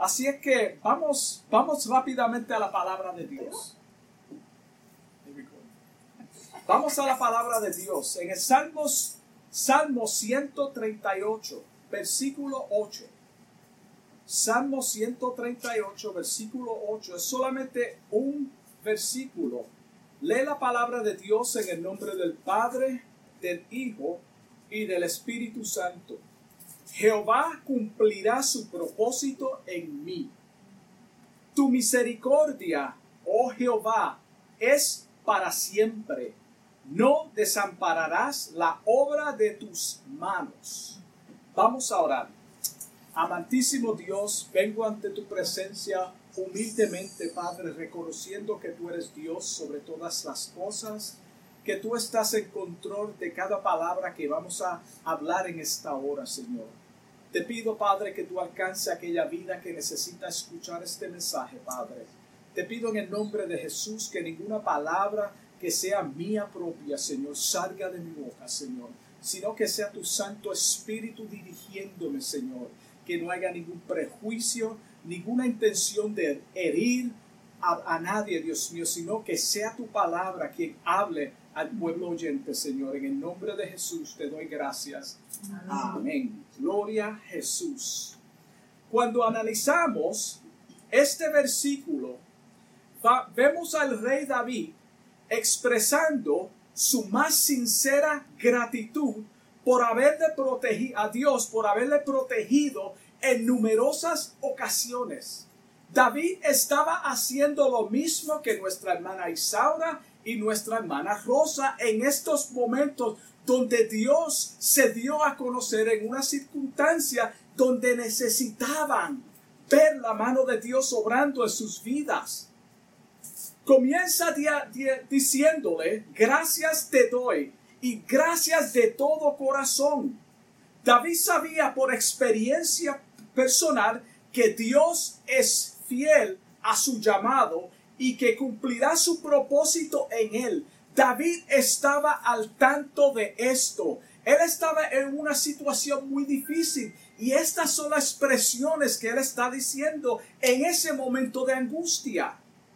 Así es que vamos rápidamente a la palabra de Dios. Vamos a la palabra de Dios. En el Salmo 138, versículo 8. Salmo 138, versículo 8. Es solamente un versículo. Lee la palabra de Dios en el nombre del Padre, del Hijo y del Espíritu Santo. Jehová cumplirá su propósito en mí. Tu misericordia, oh Jehová, es para siempre. No desampararás la obra de tus manos. Vamos a orar. Amantísimo Dios, vengo ante tu presencia humildemente, Padre, reconociendo que tú eres Dios sobre todas las cosas, que tú estás en control de cada palabra que vamos a hablar en esta hora, Señor. Te pido, Padre, que tú alcances aquella vida que necesita escuchar este mensaje, Padre. Te pido en el nombre de Jesús que ninguna palabra que sea mía propia, Señor, salga de mi boca, Señor, sino que sea tu Santo Espíritu dirigiéndome, Señor, que no haya ningún prejuicio, ninguna intención de herir a nadie, Dios mío, sino que sea tu palabra quien hable al pueblo oyente, Señor. En el nombre de Jesús te doy gracias. Amén. Gloria a Jesús. Cuando analizamos este versículo, vemos al rey David expresando su más sincera gratitud por haberle protegido a Dios, por haberle protegido en numerosas ocasiones. David estaba haciendo lo mismo que nuestra hermana Isaura y nuestra hermana Rosa en estos momentos donde Dios se dio a conocer en una circunstancia donde necesitaban ver la mano de Dios obrando en sus vidas. Comienza diciéndole, gracias te doy y gracias de todo corazón. David sabía por experiencia personal que Dios es fiel a su llamado y que cumplirá su propósito en él. David estaba al tanto de esto. Él estaba en una situación muy difícil y estas son las expresiones que él está diciendo en ese momento de angustia.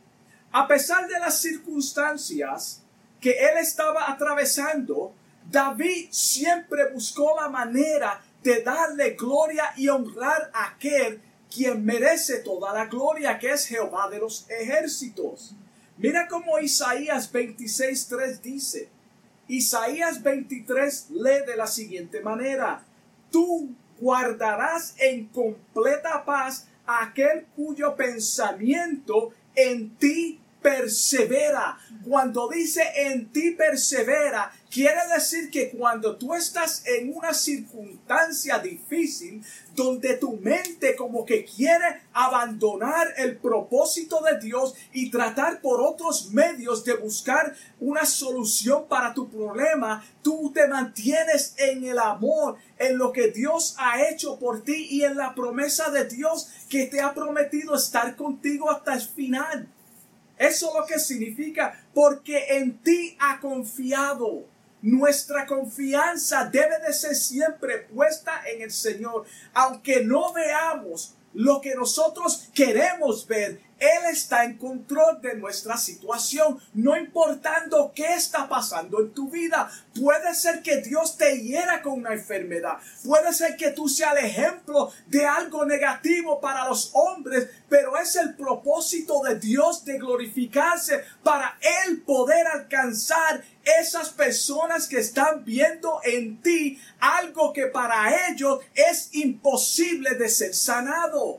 A pesar de las circunstancias que él estaba atravesando, David siempre buscó la manera de darle gloria y honrar a aquel quien merece toda la gloria, que es Jehová de los ejércitos. Mira cómo Isaías 26:3 dice. Isaías 23 lee de la siguiente manera: tú guardarás en completa paz a aquel cuyo pensamiento en ti persevera. Cuando dice en ti persevera, quiere decir que cuando tú estás en una circunstancia difícil, donde tu mente como que quiere abandonar el propósito de Dios y tratar por otros medios de buscar una solución para tu problema, tú te mantienes en el amor, en lo que Dios ha hecho por ti y en la promesa de Dios que te ha prometido estar contigo hasta el final. Eso es lo que significa, porque en ti ha confiado. Nuestra confianza debe de ser siempre puesta en el Señor. Aunque no veamos lo que nosotros queremos ver, Él está en control de nuestra situación, no importando qué está pasando en tu vida. Puede ser que Dios te hiera con una enfermedad. Puede ser que tú seas el ejemplo de algo negativo para los hombres, pero es el propósito de Dios de glorificarse para Él poder alcanzar esas personas que están viendo en ti algo que para ellos es imposible de ser sanado.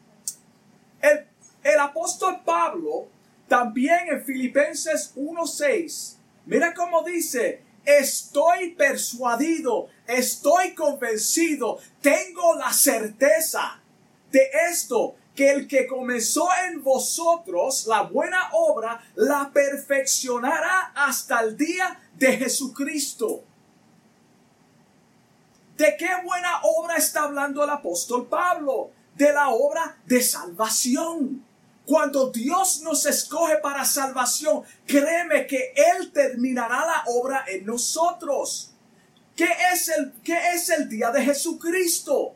El apóstol Pablo, también en Filipenses 1:6, mira cómo dice: estoy persuadido, estoy convencido, tengo la certeza de esto, que el que comenzó en vosotros la buena obra, la perfeccionará hasta el día de Jesucristo. ¿De qué buena obra está hablando el apóstol Pablo? De la obra de salvación. Cuando Dios nos escoge para salvación, créeme que Él terminará la obra en nosotros. ¿Qué es el día de Jesucristo?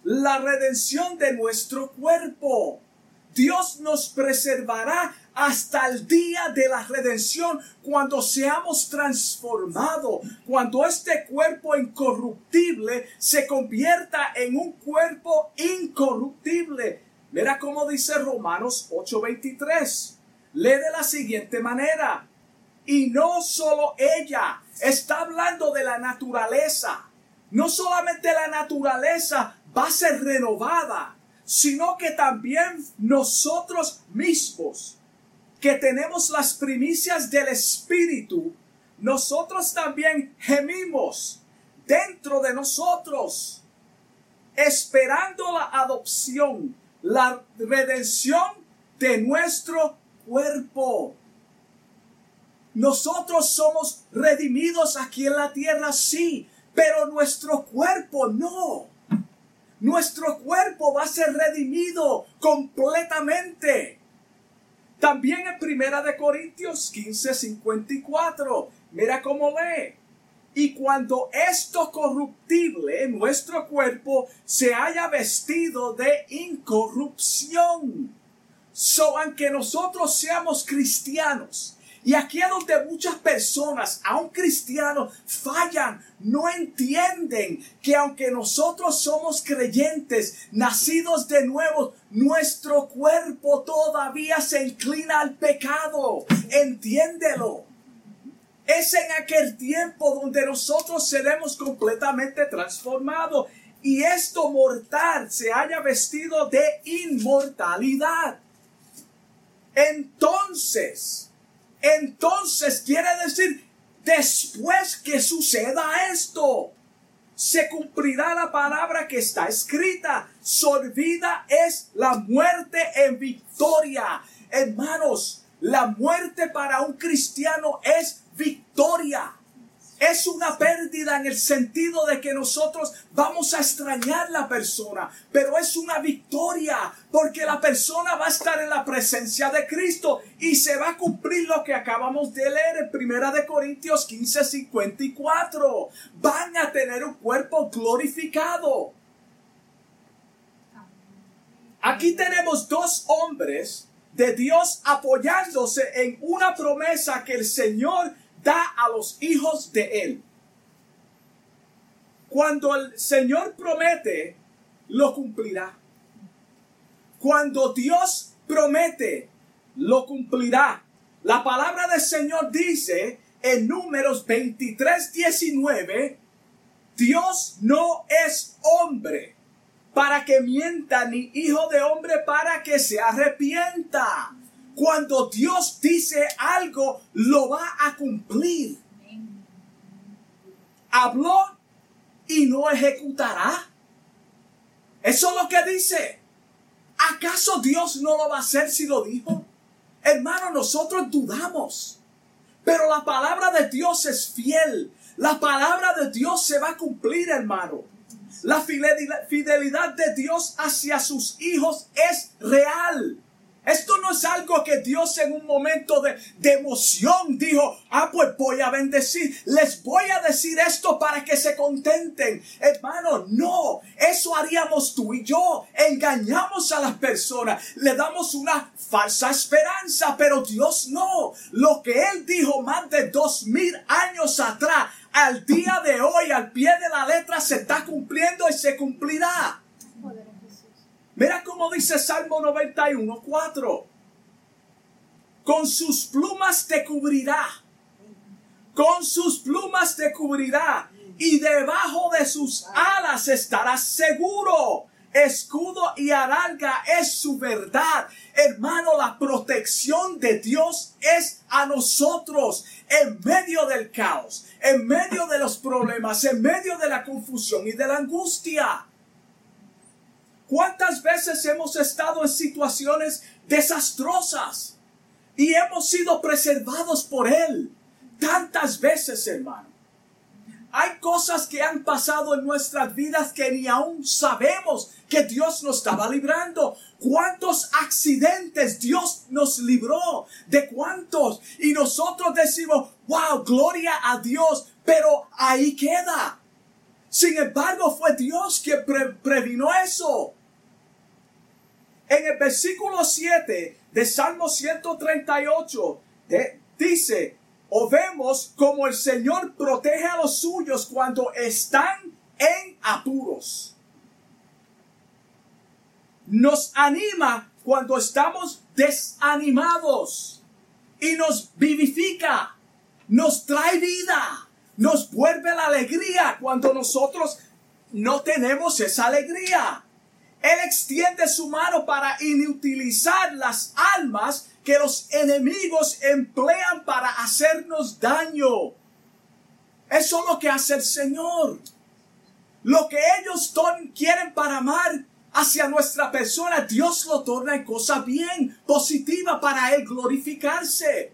la redención de nuestro cuerpo. Dios nos preservará hasta el día de la redención, cuando seamos transformados, cuando este cuerpo incorruptible se convierta en un cuerpo incorruptible. Mira cómo dice Romanos 8:23. Lee de la siguiente manera: y no solo ella, está hablando de la naturaleza. No solamente la naturaleza va a ser renovada, sino que también nosotros mismos, que tenemos las primicias del Espíritu, nosotros también gemimos dentro de nosotros, esperando la adopción, la redención de nuestro cuerpo. Nosotros somos redimidos aquí en la tierra, sí, pero nuestro cuerpo no. Nuestro cuerpo va a ser redimido completamente. También en 1 Corintios 15:54, mira cómo lee: y cuando esto corruptible, nuestro cuerpo, se haya vestido de incorrupción. Aunque nosotros seamos cristianos, y aquí es donde muchas personas, aun cristianos, fallan, no entienden que aunque nosotros somos creyentes, nacidos de nuevo, nuestro cuerpo todavía se inclina al pecado. Entiéndelo. Es en aquel tiempo donde nosotros seremos completamente transformados y esto mortal se haya vestido de inmortalidad. Entonces quiere decir, después que suceda esto, se cumplirá la palabra que está escrita: sorbida es la muerte en victoria. Hermanos, la muerte para un cristiano es victoria. Es una pérdida en el sentido de que nosotros vamos a extrañar la persona, pero es una victoria porque la persona va a estar en la presencia de Cristo y se va a cumplir lo que acabamos de leer en 1 Corintios 15:54. Van a tener un cuerpo glorificado. Aquí tenemos dos hombres de Dios apoyándose en una promesa que el Señor da a los hijos de Él. Cuando el Señor promete, lo cumplirá. Cuando Dios promete, lo cumplirá. La palabra del Señor dice en Números 23:19, Dios no es hombre para que mienta, ni hijo de hombre para que se arrepienta. Cuando Dios dice algo, lo va a cumplir. Habló y no ejecutará. Eso es lo que dice. ¿Acaso Dios no lo va a hacer si lo dijo? Hermano, nosotros dudamos. Pero la palabra de Dios es fiel. La palabra de Dios se va a cumplir, hermano. La fidelidad de Dios hacia sus hijos es real. Esto no es algo que Dios en un momento de emoción dijo: pues voy a bendecir, les voy a decir esto para que se contenten. Hermano, no, eso haríamos tú y yo. Engañamos a las personas, le damos una falsa esperanza, pero Dios no. Lo que Él dijo más de 2000 años atrás, al día de hoy, al pie de la letra, se está cumpliendo y se cumplirá. Mira cómo dice Salmo 91:4. Con sus plumas te cubrirá. Con sus plumas te cubrirá. Y debajo de sus alas estarás seguro. Escudo y adarga es su verdad. Hermano, la protección de Dios es a nosotros. En medio del caos, en medio de los problemas, en medio de la confusión y de la angustia. ¿Cuántas veces hemos estado en situaciones desastrosas y hemos sido preservados por Él? Tantas veces, hermano. Hay cosas que han pasado en nuestras vidas que ni aún sabemos que Dios nos estaba librando. ¿Cuántos accidentes Dios nos libró? ¿De cuántos? Y nosotros decimos: wow, gloria a Dios, pero ahí queda. Sin embargo, fue Dios quien previno eso. En el versículo 7 de Salmo 138 dice, o vemos como el Señor protege a los suyos cuando están en apuros. Nos anima cuando estamos desanimados y nos vivifica, nos trae vida, nos vuelve la alegría cuando nosotros no tenemos esa alegría. Él extiende su mano para inutilizar las almas que los enemigos emplean para hacernos daño. Eso es lo que hace el Señor. Lo que ellos quieren para amar hacia nuestra persona, Dios lo torna en cosa bien positiva para Él glorificarse.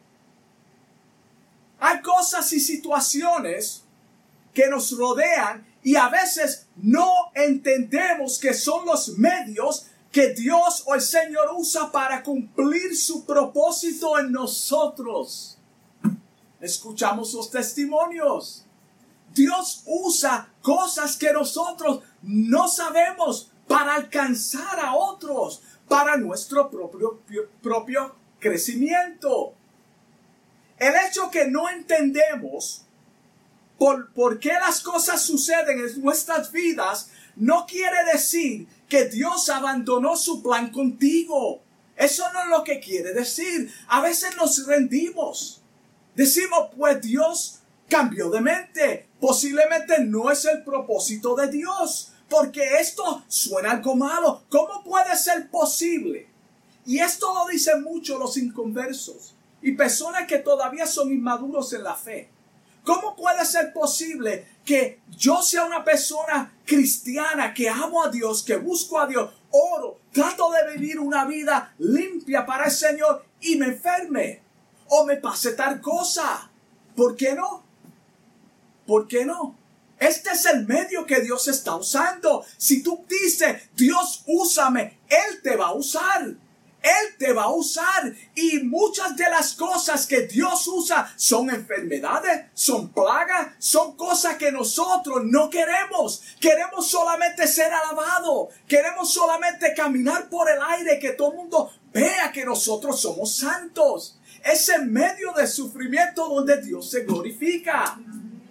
Hay cosas y situaciones que nos rodean y a veces no entendemos que son los medios que Dios o el Señor usa para cumplir su propósito en nosotros. Escuchamos los testimonios. Dios usa cosas que nosotros no sabemos para alcanzar a otros, para nuestro propio crecimiento. El hecho que no entendemos por qué las cosas suceden en nuestras vidas no quiere decir que Dios abandonó su plan contigo. Eso no es lo que quiere decir. A veces nos rendimos. Decimos, pues Dios cambió de mente. Posiblemente no es el propósito de Dios. Porque esto suena algo malo. ¿Cómo puede ser posible? Y esto lo dicen mucho los inconversos y personas que todavía son inmaduros en la fe. ¿Cómo puede ser posible que yo sea una persona cristiana, que amo a Dios, que busco a Dios, oro, trato de vivir una vida limpia para el Señor y me enferme? O me pase tal cosa. ¿Por qué no? ¿Por qué no? Este es el medio que Dios está usando. Si tú dices, Dios úsame, Él te va a usar. Él te va a usar. Y muchas de las cosas que Dios usa son enfermedades, son plagas, son cosas que nosotros no queremos. Queremos solamente ser alabados. Queremos solamente caminar por el aire, que todo el mundo vea que nosotros somos santos. Es en medio del sufrimiento donde Dios se glorifica.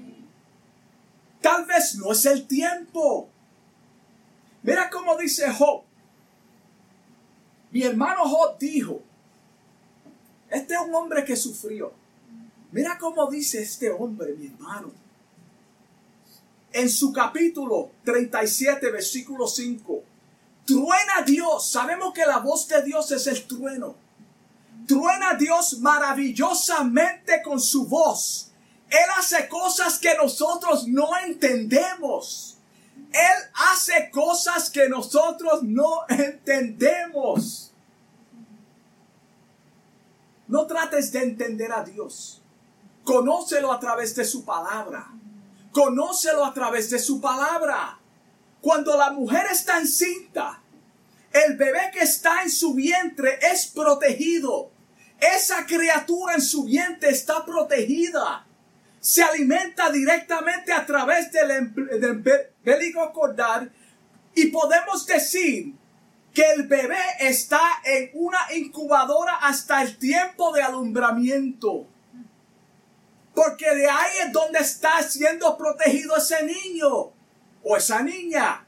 Tal vez no es el tiempo. Mira cómo dice Job. Mi hermano Job dijo, este es un hombre que sufrió. Mira cómo dice este hombre, mi hermano. En su capítulo 37, versículo 5. Truena Dios. Sabemos que la voz de Dios es el trueno. Truena Dios maravillosamente con su voz. Él hace cosas que nosotros no entendemos. Él hace cosas que nosotros no entendemos. No trates de entender a Dios. Conócelo a través de su palabra. Conócelo a través de su palabra. Cuando la mujer está encinta, el bebé que está en su vientre es protegido. Esa criatura en su vientre está protegida. Se alimenta directamente a través del umbilico caudal y podemos decir que el bebé está en una incubadora hasta el tiempo de alumbramiento. Porque de ahí es donde está siendo protegido ese niño o esa niña.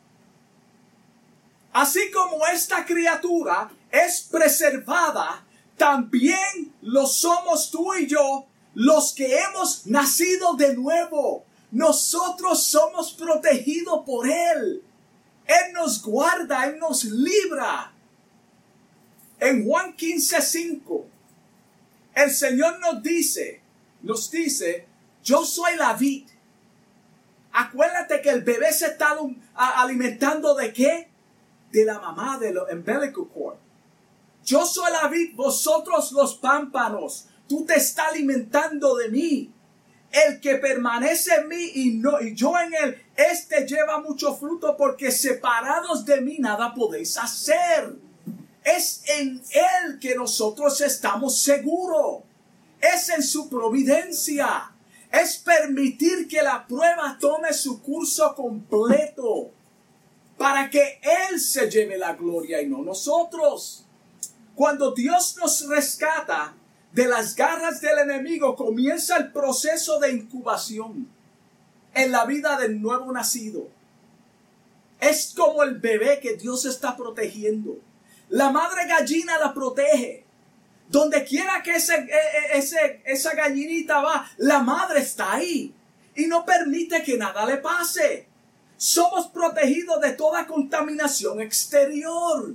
Así como esta criatura es preservada, también lo somos tú y yo, los que hemos nacido de nuevo. Nosotros somos protegidos por Él. Él nos guarda, Él nos libra. En Juan 15:5, el Señor nos dice, yo soy la vid. Acuérdate que el bebé se está alimentando ¿de qué? De la mamá, del umbilical cord. Yo soy la vid, vosotros los pámpanos. Tú te estás alimentando de mí. El que permanece en mí y yo en él, este lleva mucho fruto, porque separados de mí nada podéis hacer. Es en él que nosotros estamos seguros. Es en su providencia. Es permitir que la prueba tome su curso completo para que Él se lleve la gloria y no nosotros. Cuando Dios nos rescata de las garras del enemigo, comienza el proceso de incubación en la vida del nuevo nacido. Es como el bebé que Dios está protegiendo. La madre gallina la protege. Donde quiera que esa gallinita va, la madre está ahí y no permite que nada le pase. Somos protegidos de toda contaminación exterior.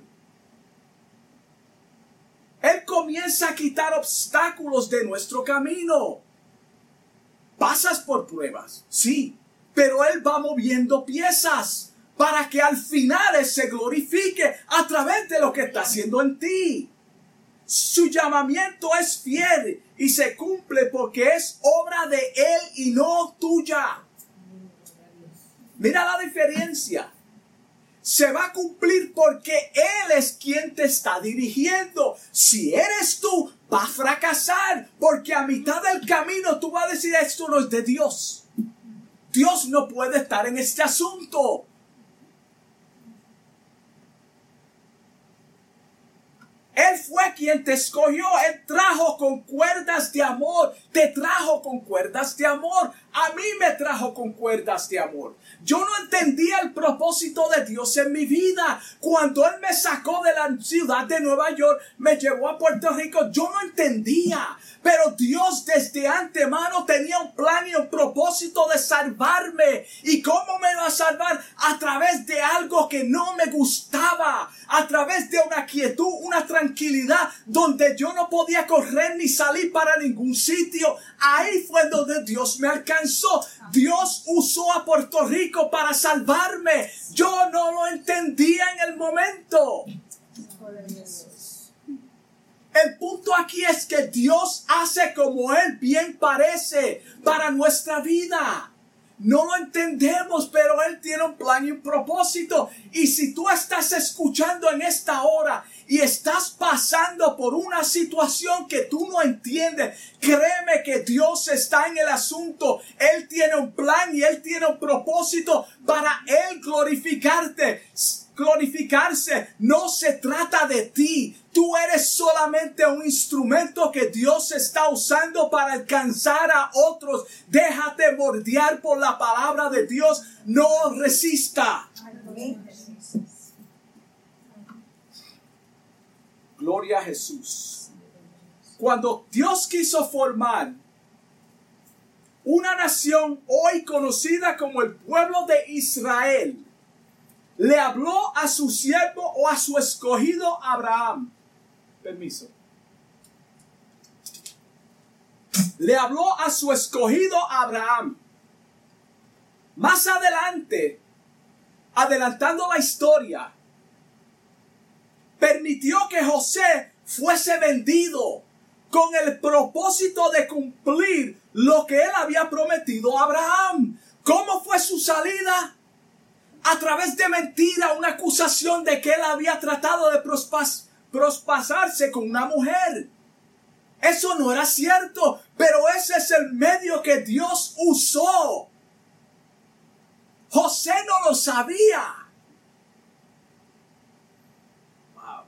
Él comienza a quitar obstáculos de nuestro camino. Pasas por pruebas, sí, pero Él va moviendo piezas para que al final Él se glorifique a través de lo que está haciendo en ti. Su llamamiento es fiel y se cumple porque es obra de Él y no tuya. Mira la diferencia. Se va a cumplir porque Él es quien te está dirigiendo. Si eres tú, va a fracasar porque a mitad del camino tú vas a decir: esto no es de Dios. Dios no puede estar en este asunto. Él fue quien te escogió. Él trajo con cuerdas de amor. Te trajo con cuerdas de amor. A mí me trajo con cuerdas de amor. Yo no entendía el propósito de Dios en mi vida. Cuando Él me sacó de la ciudad de Nueva York, me llevó a Puerto Rico, yo no entendía. Pero Dios desde antemano tenía un plan y un propósito de salvarme. ¿Y cómo me iba a salvar? A través de algo que no me gustaba. A través de una quietud, una tranquilidad donde yo no podía correr ni salir para ningún sitio. Ahí fue donde Dios me alcanzó. Dios usó a Puerto Rico para salvarme. Yo no lo entendía en el momento. El punto aquí es que Dios hace como Él bien parece para nuestra vida. No lo entendemos, pero Él tiene un plan y un propósito. Y si tú estás escuchando en esta hora y estás pasando por una situación que tú no entiendes, créeme que Dios está en el asunto. Él tiene un plan y Él tiene un propósito para Él glorificarse. No se trata de ti. Tú eres solamente un instrumento que Dios está usando para alcanzar a otros. Déjate moldear por la palabra de Dios. No resista. Gloria a Jesús. Cuando Dios quiso formar una nación hoy conocida como el pueblo de Israel, le habló a su siervo o a su escogido Abraham. Permiso. Le habló a su escogido Abraham. Más adelante, adelantando la historia, permitió que José fuese vendido con el propósito de cumplir lo que él había prometido a Abraham. ¿Cómo fue su salida? A través de mentira, una acusación de que él había tratado de prospasarse con una mujer. Eso no era cierto, pero ese es el medio que Dios usó. José no lo sabía. Wow.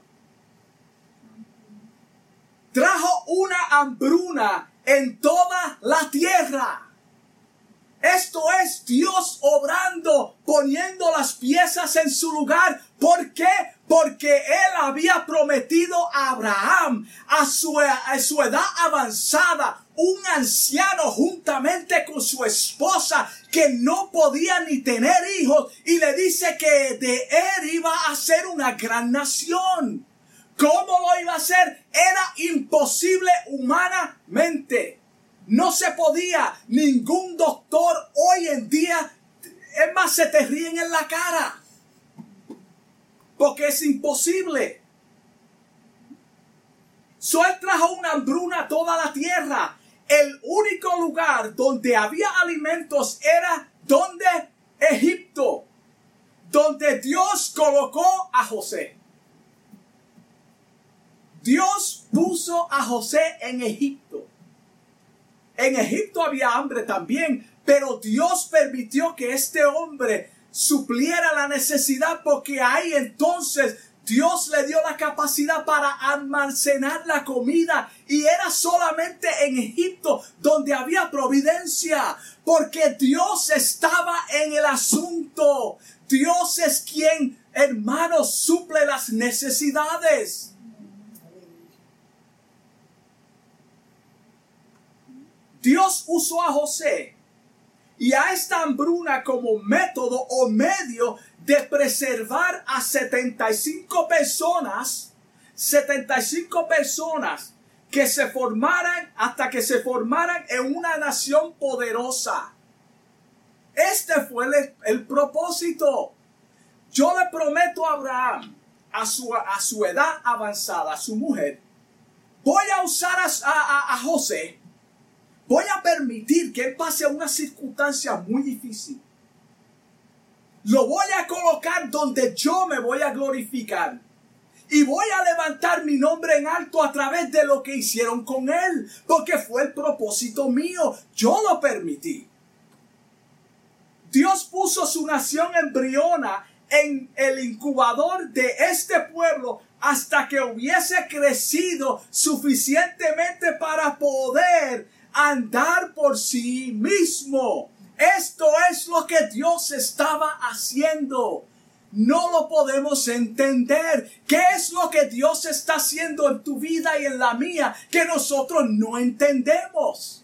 Trajo una hambruna en toda la tierra. Esto es Dios obrando, poniendo las piezas en su lugar. ¿Por qué? Porque Él había prometido a Abraham, a su edad avanzada, un anciano juntamente con su esposa que no podía ni tener hijos, y le dice que de él iba a ser una gran nación. ¿Cómo lo iba a hacer? Era imposible humanamente. No se podía. Ningún doctor hoy en día, es más, se te ríen en la cara. Porque es imposible. Él trajo una hambruna a toda la tierra. El único lugar donde había alimentos era donde Egipto. Donde Dios colocó a José. Dios puso a José en Egipto. En Egipto había hambre también, pero Dios permitió que este hombre supliera la necesidad, porque ahí entonces Dios le dio la capacidad para almacenar la comida, y era solamente en Egipto donde había providencia, porque Dios estaba en el asunto. Dios es quien, hermanos, suple las necesidades. Dios usó a José y a esta hambruna como método o medio de preservar a 75 personas que se formaran hasta que se formaran en una nación poderosa. Este fue el propósito. Yo le prometo a Abraham, a su edad avanzada, a su mujer, voy a usar a José. Voy a permitir que él pase a una circunstancia muy difícil. Lo voy a colocar donde yo me voy a glorificar. Y voy a levantar mi nombre en alto a través de lo que hicieron con él. Porque fue el propósito mío. Yo lo permití. Dios puso su nación embriona en el incubador de este pueblo hasta que hubiese crecido suficientemente para poder andar por sí mismo. Esto es lo que Dios estaba haciendo. No lo podemos entender. ¿Qué es lo que Dios está haciendo en tu vida y en la mía que nosotros no entendemos?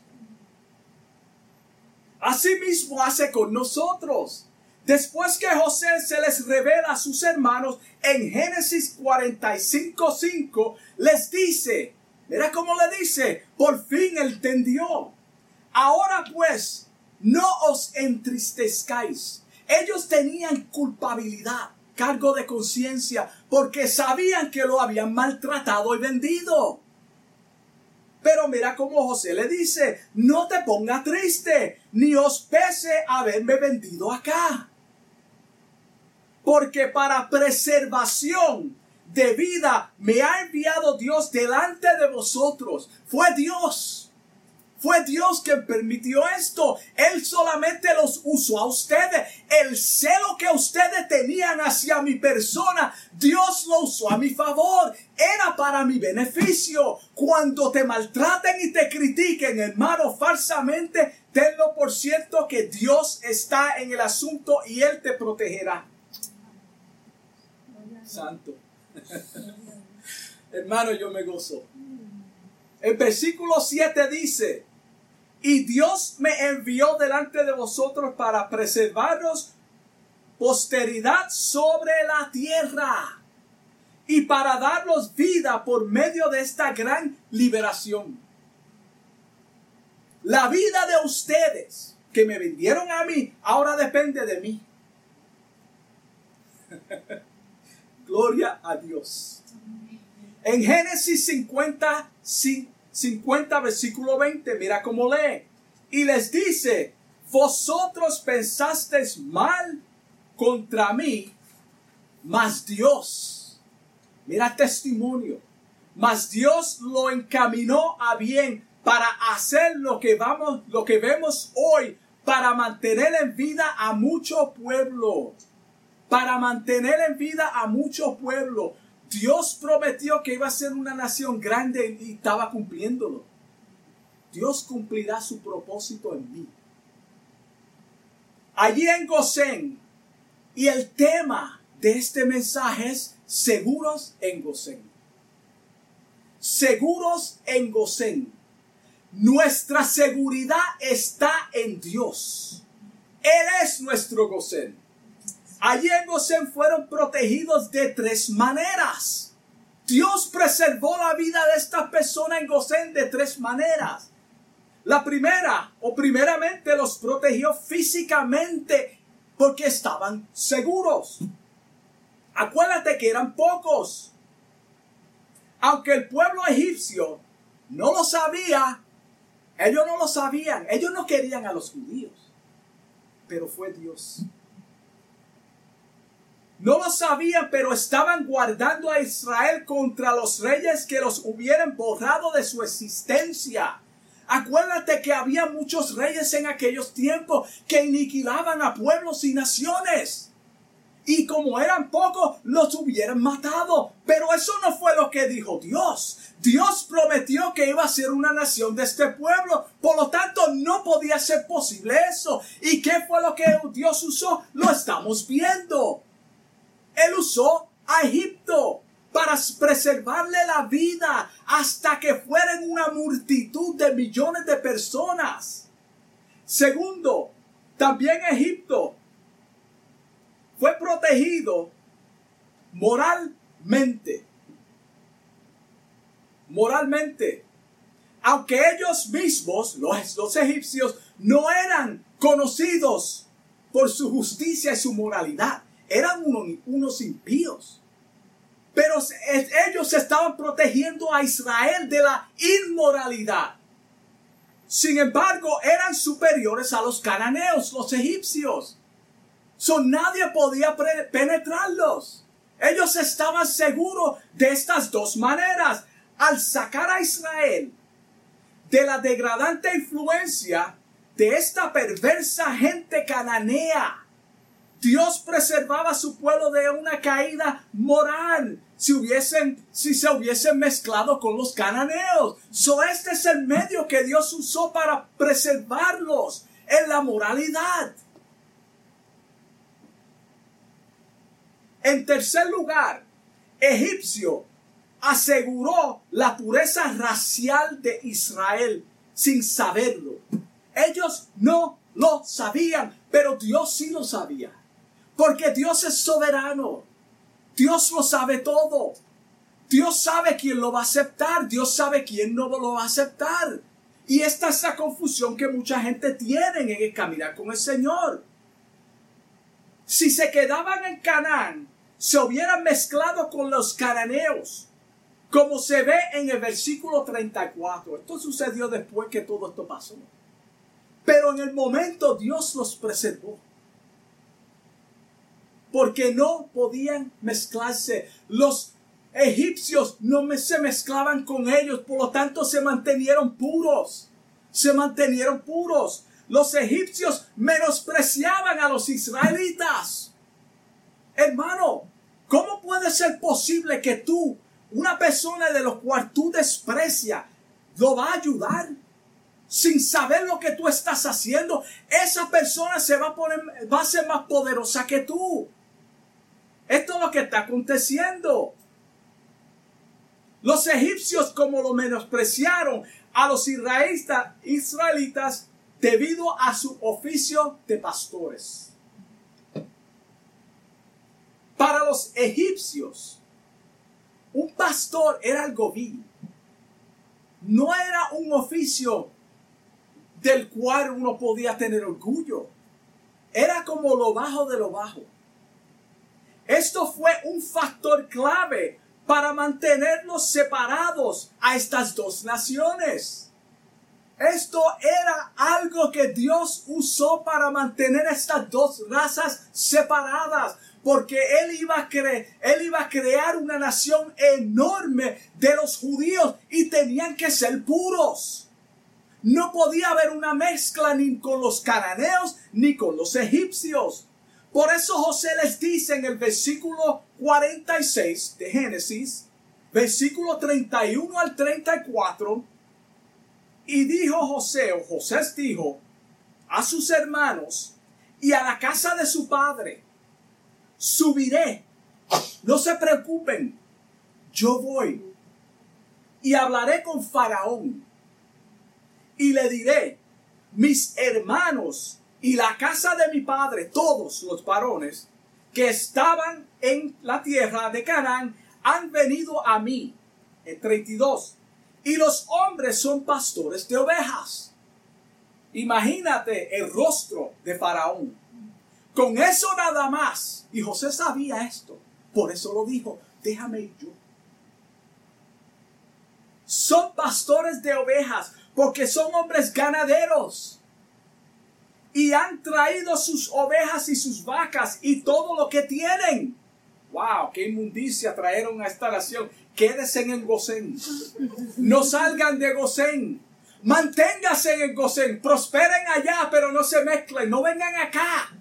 Así mismo hace con nosotros. Después que José se les revela a sus hermanos en Génesis 45:5, les dice, mira cómo le dice, por fin entendió. Ahora pues, no os entristezcáis. Ellos tenían culpabilidad, cargo de conciencia, porque sabían que lo habían maltratado y vendido. Pero mira cómo José le dice, no te pongas triste, ni os pese haberme vendido acá. Porque para preservación de vida me ha enviado Dios delante de vosotros. Fue Dios quien permitió esto. Él solamente los usó a ustedes. El celo que ustedes tenían hacia mi persona, Dios lo usó a mi favor. Era para mi beneficio. Cuando te maltraten y te critiquen, hermano, falsamente, tenlo por cierto que Dios está en el asunto y Él te protegerá. Santo. Hermano, yo me gozo. El versículo 7 dice, y Dios me envió delante de vosotros para preservaros posteridad sobre la tierra y para darnos vida por medio de esta gran liberación. La vida de ustedes que me vendieron a mí ahora depende de mí. Gloria a Dios. En Génesis 50, versículo 20, mira cómo lee. Y les dice, vosotros pensasteis mal contra mí, mas Dios, mira el testimonio, mas Dios lo encaminó a bien para hacer lo que vemos hoy, para mantener en vida a mucho pueblo. Para mantener en vida a mucho pueblo. Dios prometió que iba a ser una nación grande y estaba cumpliéndolo. Dios cumplirá su propósito en mí. Allí en Gosén, y el tema de este mensaje es seguros en Gosén. Seguros en Gosén. Nuestra seguridad está en Dios. Él es nuestro Gosén. Allí en Gosén fueron protegidos de 3 maneras. Dios preservó la vida de estas personas en Gosén de 3 maneras. La primera, o primeramente los protegió físicamente porque estaban seguros. Acuérdate que eran pocos. Aunque el pueblo egipcio no lo sabía, ellos no lo sabían, ellos no querían a los judíos, pero fue Dios. No lo sabían, pero estaban guardando a Israel contra los reyes que los hubieran borrado de su existencia. Acuérdate que había muchos reyes en aquellos tiempos que aniquilaban a pueblos y naciones. Y como eran pocos, los hubieran matado. Pero eso no fue lo que dijo Dios. Dios prometió que iba a ser una nación de este pueblo. Por lo tanto, no podía ser posible eso. ¿Y qué fue lo que Dios usó? Lo estamos viendo. Él usó a Egipto para preservarle la vida hasta que fueran una multitud de millones de personas. Segundo, también Egipto fue protegido moralmente. Moralmente. Aunque ellos mismos, los egipcios, no eran conocidos por su justicia y su moralidad. Eran unos impíos. Pero ellos estaban protegiendo a Israel de la inmoralidad. Sin embargo, eran superiores a los cananeos, los egipcios. Nadie podía penetrarlos. Ellos estaban seguros de estas dos maneras. Al sacar a Israel de la degradante influencia de esta perversa gente cananea, Dios preservaba a su pueblo de una caída moral si se hubiesen mezclado con los cananeos. Este es el medio que Dios usó para preservarlos en la moralidad. En tercer lugar, Egipcio aseguró la pureza racial de Israel sin saberlo. Ellos no lo sabían, pero Dios sí lo sabía. Porque Dios es soberano. Dios lo sabe todo. Dios sabe quién lo va a aceptar. Dios sabe quién no lo va a aceptar. Y esta es la confusión que mucha gente tiene en el caminar con el Señor. Si se quedaban en Canaán, se hubieran mezclado con los cananeos, como se ve en el versículo 34. Esto sucedió después que todo esto pasó. Pero en el momento Dios los preservó. Porque no podían mezclarse. Los egipcios no se mezclaban con ellos. Por lo tanto se mantenieron puros. Se mantenieron puros. Los egipcios menospreciaban a los israelitas. Hermano, ¿cómo puede ser posible que tú, una persona de la cual tú desprecias, lo va a ayudar? Sin saber lo que tú estás haciendo, esa persona va a ser más poderosa que tú. Esto es lo que está aconteciendo. Los egipcios, como lo menospreciaron a los israelitas debido a su oficio de pastores. Para los egipcios, un pastor era algo vil. No era un oficio del cual uno podía tener orgullo. Era como lo bajo de lo bajo. Esto fue un factor clave para mantenerlos separados a estas dos naciones. Esto era algo que Dios usó para mantener estas dos razas separadas. Porque Él iba a crear una nación enorme de los judíos y tenían que ser puros. No podía haber una mezcla ni con los cananeos ni con los egipcios. Por eso José les dice en el versículo 46 de Génesis, versículo 31 al 34, y dijo José dijo a sus hermanos y a la casa de su padre: subiré, no se preocupen, yo voy y hablaré con Faraón y le diré: mis hermanos y la casa de mi padre, todos los varones que estaban en la tierra de Canaán, han venido a mí. En 32. Y los hombres son pastores de ovejas. Imagínate el rostro de Faraón. Con eso nada más. Y José sabía esto. Por eso lo dijo: déjame ir yo. Son pastores de ovejas porque son hombres ganaderos. Y han traído sus ovejas y sus vacas y todo lo que tienen. ¡Wow! ¡Qué inmundicia trajeron a esta nación! Quédense en Gosén. No salgan de Gosén. Manténgase en Gosén, prosperen allá, pero no se mezclen, no vengan acá.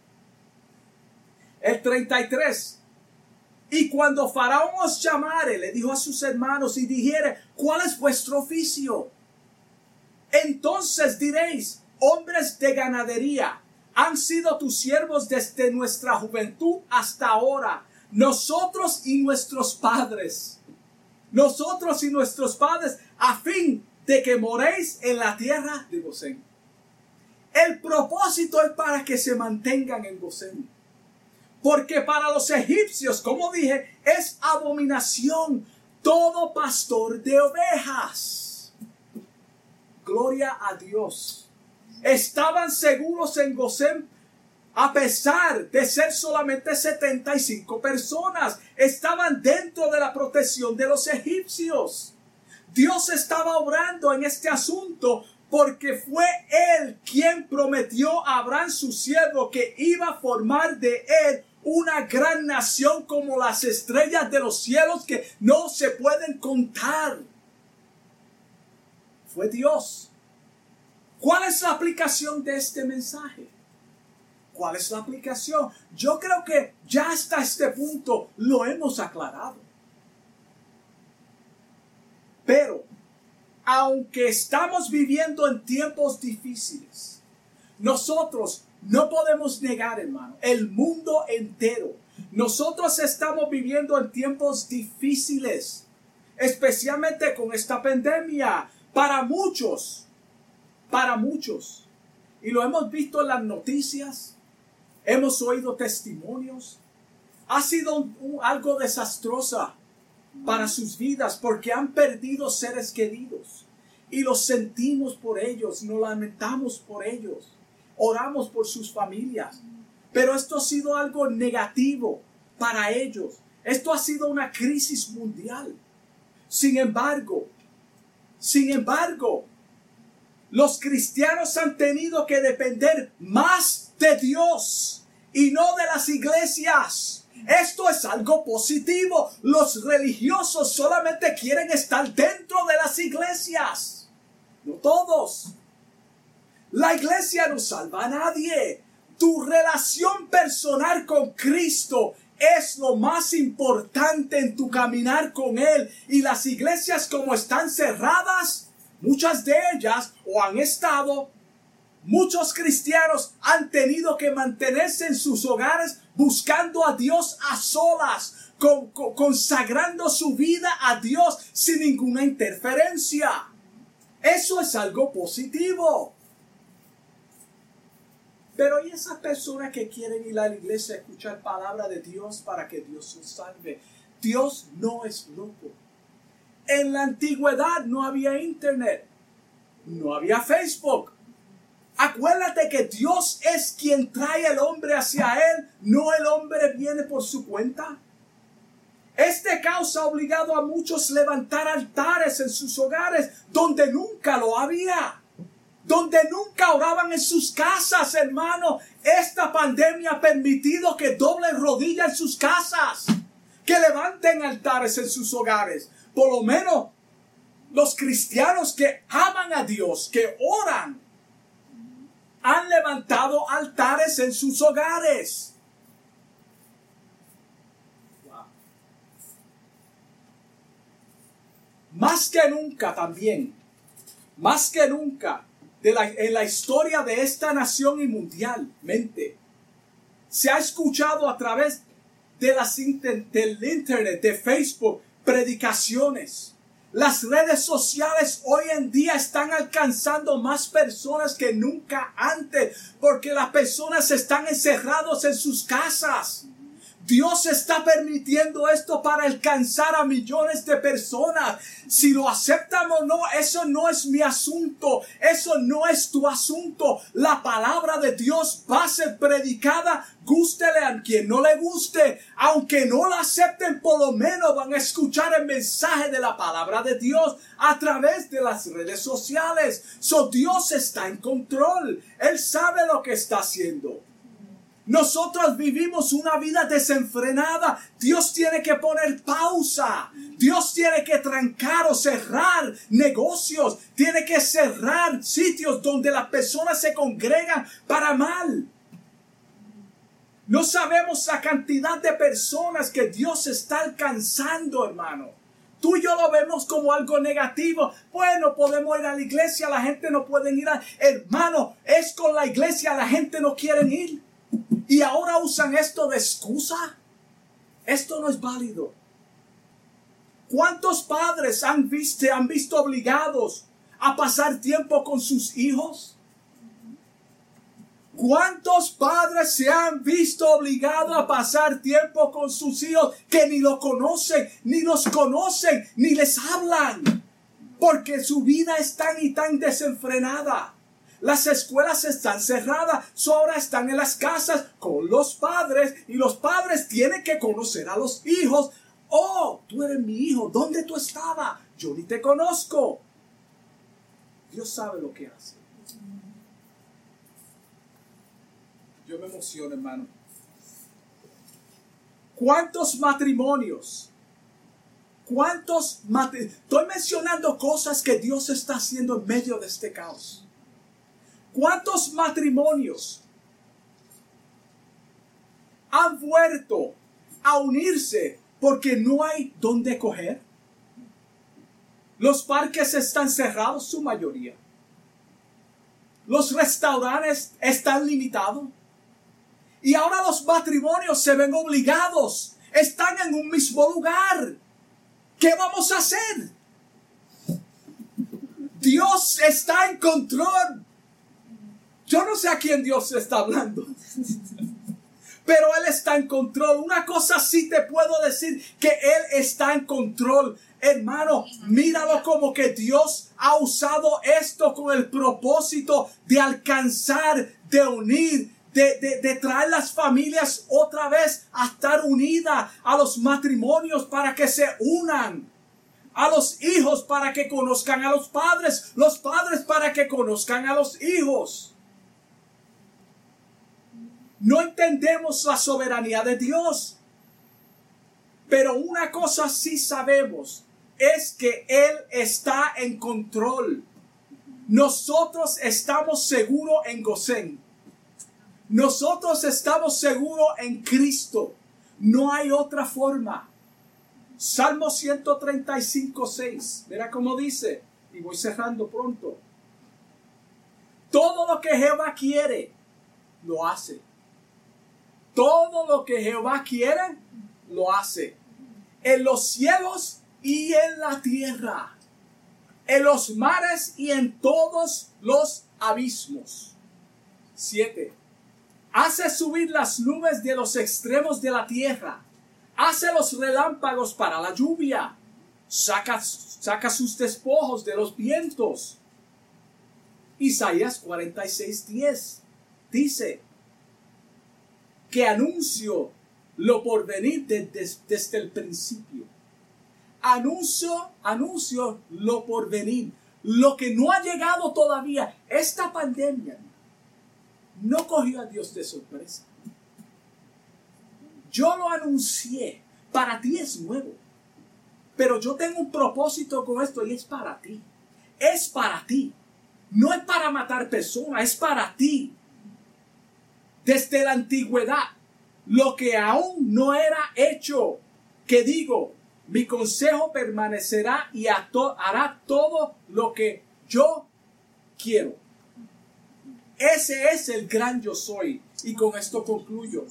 El 33. Y cuando Faraón os llamare, le dijo a sus hermanos y dijere, ¿cuál es vuestro oficio? Entonces diréis, hombres de ganadería, han sido tus siervos desde nuestra juventud hasta ahora, nosotros y nuestros padres, a fin de que moréis en la tierra de Gosén. El propósito es para que se mantengan en Gosén. Porque para los egipcios, como dije, es abominación todo pastor de ovejas. Gloria a Dios. Estaban seguros en Gosén a pesar de ser solamente 75 personas. Estaban dentro de la protección de los egipcios. Dios estaba obrando en este asunto porque fue Él quien prometió a Abraham su siervo que iba a formar de él una gran nación como las estrellas de los cielos que no se pueden contar. Fue Dios. ¿Cuál es la aplicación de este mensaje? ¿Cuál es la aplicación? Yo creo que ya hasta este punto lo hemos aclarado. Pero, aunque estamos viviendo en tiempos difíciles, nosotros no podemos negar, hermano, el mundo entero. Nosotros estamos viviendo en tiempos difíciles, especialmente con esta pandemia. Para muchos, y lo hemos visto en las noticias, hemos oído testimonios, ha sido algo desastrosa para sus vidas porque han perdido seres queridos y los sentimos por ellos, nos lamentamos por ellos, oramos por sus familias, pero esto ha sido algo negativo para ellos. Esto ha sido una crisis mundial. Sin embargo, los cristianos han tenido que depender más de Dios y no de las iglesias. Esto es algo positivo. Los religiosos solamente quieren estar dentro de las iglesias. No todos. La iglesia no salva a nadie. Tu relación personal con Cristo es lo más importante en tu caminar con Él. Y las iglesias, como están cerradas, muchas de ellas, o han estado, muchos cristianos han tenido que mantenerse en sus hogares buscando a Dios a solas, consagrando su vida a Dios sin ninguna interferencia. Eso es algo positivo. Pero ¿y esas personas que quieren ir a la iglesia a escuchar palabra de Dios para que Dios los salve? Dios no es loco. En la antigüedad no había internet, no había Facebook. Acuérdate que Dios es quien trae al hombre hacia Él, no el hombre viene por su cuenta. Este caos ha obligado a muchos a levantar altares en sus hogares donde nunca lo había, donde nunca oraban en sus casas, hermano. Esta pandemia ha permitido que doblen rodillas en sus casas, que levanten altares en sus hogares. Por lo menos los cristianos que aman a Dios, que oran, han levantado altares en sus hogares. Wow. Más que nunca también, más que nunca en la historia de esta nación y mundialmente, se ha escuchado a través de del internet, de Facebook, predicaciones. Las redes sociales hoy en día están alcanzando más personas que nunca antes, porque las personas están encerradas en sus casas. Dios está permitiendo esto para alcanzar a millones de personas. Si lo aceptamos o no, eso no es mi asunto. Eso no es tu asunto. La palabra de Dios va a ser predicada, gústele a quien no le guste. Aunque no la acepten, por lo menos van a escuchar el mensaje de la palabra de Dios a través de las redes sociales. Dios está en control. Él sabe lo que está haciendo. Nosotros vivimos una vida desenfrenada. Dios tiene que poner pausa. Dios tiene que trancar o cerrar negocios. Tiene que cerrar sitios donde las personas se congregan para mal. No sabemos la cantidad de personas que Dios está alcanzando, hermano. Tú y yo lo vemos como algo negativo. Bueno, podemos ir a la iglesia, la gente no puede ir. Hermano, es con la iglesia, la gente no quiere ir. Y ahora usan esto de excusa. Esto no es válido. ¿Cuántos padres han visto obligados a pasar tiempo con sus hijos? ¿Cuántos padres se han visto obligados a pasar tiempo con sus hijos que ni lo conocen, ni los conocen, ni les hablan? Porque su vida es tan y tan desenfrenada. Las escuelas están cerradas, ahora están en las casas con los padres y los padres tienen que conocer a los hijos. Oh, tú eres mi hijo, ¿dónde tú estabas? Yo ni te conozco. Dios sabe lo que hace. Yo me emociono, hermano. ¿Cuántos matrimonios? Estoy mencionando cosas que Dios está haciendo en medio de este caos. ¿Cuántos matrimonios han vuelto a unirse porque no hay dónde coger? Los parques están cerrados, su mayoría. Los restaurantes están limitados. Y ahora los matrimonios se ven obligados. Están en un mismo lugar. ¿Qué vamos a hacer? Dios está en control. Yo no sé a quién Dios está hablando. Pero Él está en control. Una cosa sí te puedo decir, que Él está en control. Hermano, míralo como que Dios ha usado esto con el propósito de alcanzar, de unir, de traer las familias otra vez a estar unidas, a los matrimonios para que se unan, a los hijos para que conozcan a los padres para que conozcan a los hijos. No entendemos la soberanía de Dios, pero una cosa sí sabemos, es que Él está en control. Nosotros estamos seguros en Gosén. Nosotros estamos seguros en Cristo. No hay otra forma. Salmo 135:6. Mira cómo dice. Y voy cerrando pronto. Todo lo que Jehová quiere, lo hace. Todo lo que Jehová quiere, lo hace. En los cielos y en la tierra. En los mares y en todos los abismos. 7. Hace subir las nubes de los extremos de la tierra. Hace los relámpagos para la lluvia. Saca sus despojos de los vientos. Isaías 46:10 dice que anuncio lo por venir desde el principio. Anuncio lo por venir. Lo que no ha llegado todavía. Esta pandemia no cogió a Dios de sorpresa. Yo lo anuncié. Para ti es nuevo. Pero yo tengo un propósito con esto y es para ti. Es para ti. No es para matar personas, es para ti. Desde la antigüedad, lo que aún no era hecho, que digo, mi consejo permanecerá y hará todo lo que yo quiero. Ese es el gran yo soy. Y con esto concluyo.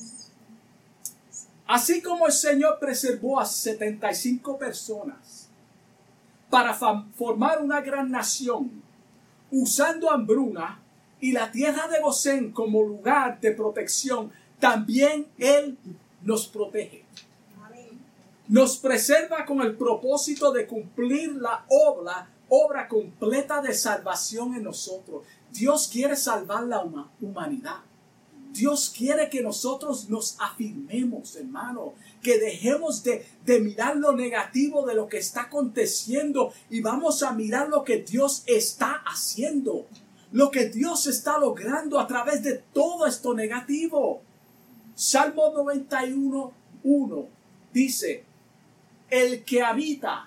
Así como el Señor preservó a 75 personas para formar una gran nación, usando hambruna y la tierra de Gosén como lugar de protección, también Él nos protege. Nos preserva con el propósito de cumplir la obra completa de salvación en nosotros. Dios quiere salvar la humanidad. Dios quiere que nosotros nos afirmemos, hermano, que dejemos de mirar lo negativo de lo que está aconteciendo y vamos a mirar lo que Dios está haciendo, lo que Dios está logrando a través de todo esto negativo. Salmo 91:1 dice, el que habita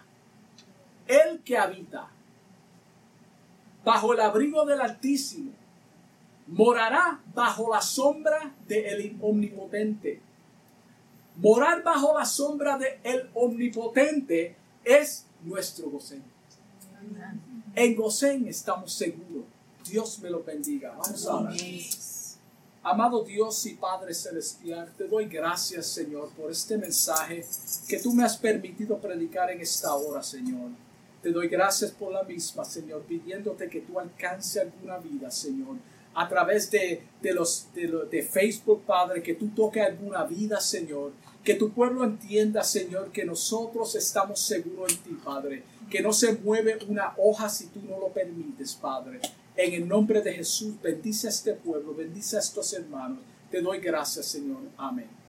bajo el abrigo del Altísimo morará bajo la sombra del Omnipotente. Morar bajo la sombra del Omnipotente es nuestro Gosén. En Gosén estamos seguros. Dios me lo bendiga. Vamos a orar. Amado Dios y Padre Celestial, te doy gracias, Señor, por este mensaje que tú me has permitido predicar en esta hora, Señor. Te doy gracias por la misma, Señor, pidiéndote que tú alcance alguna vida, Señor, a través de Facebook, Padre, que tú toques alguna vida, Señor, que tu pueblo entienda, Señor, que nosotros estamos seguros en ti, Padre, que no se mueve una hoja si tú no lo permites, Padre. En el nombre de Jesús, bendice a este pueblo, bendice a estos hermanos. Te doy gracias, Señor. Amén.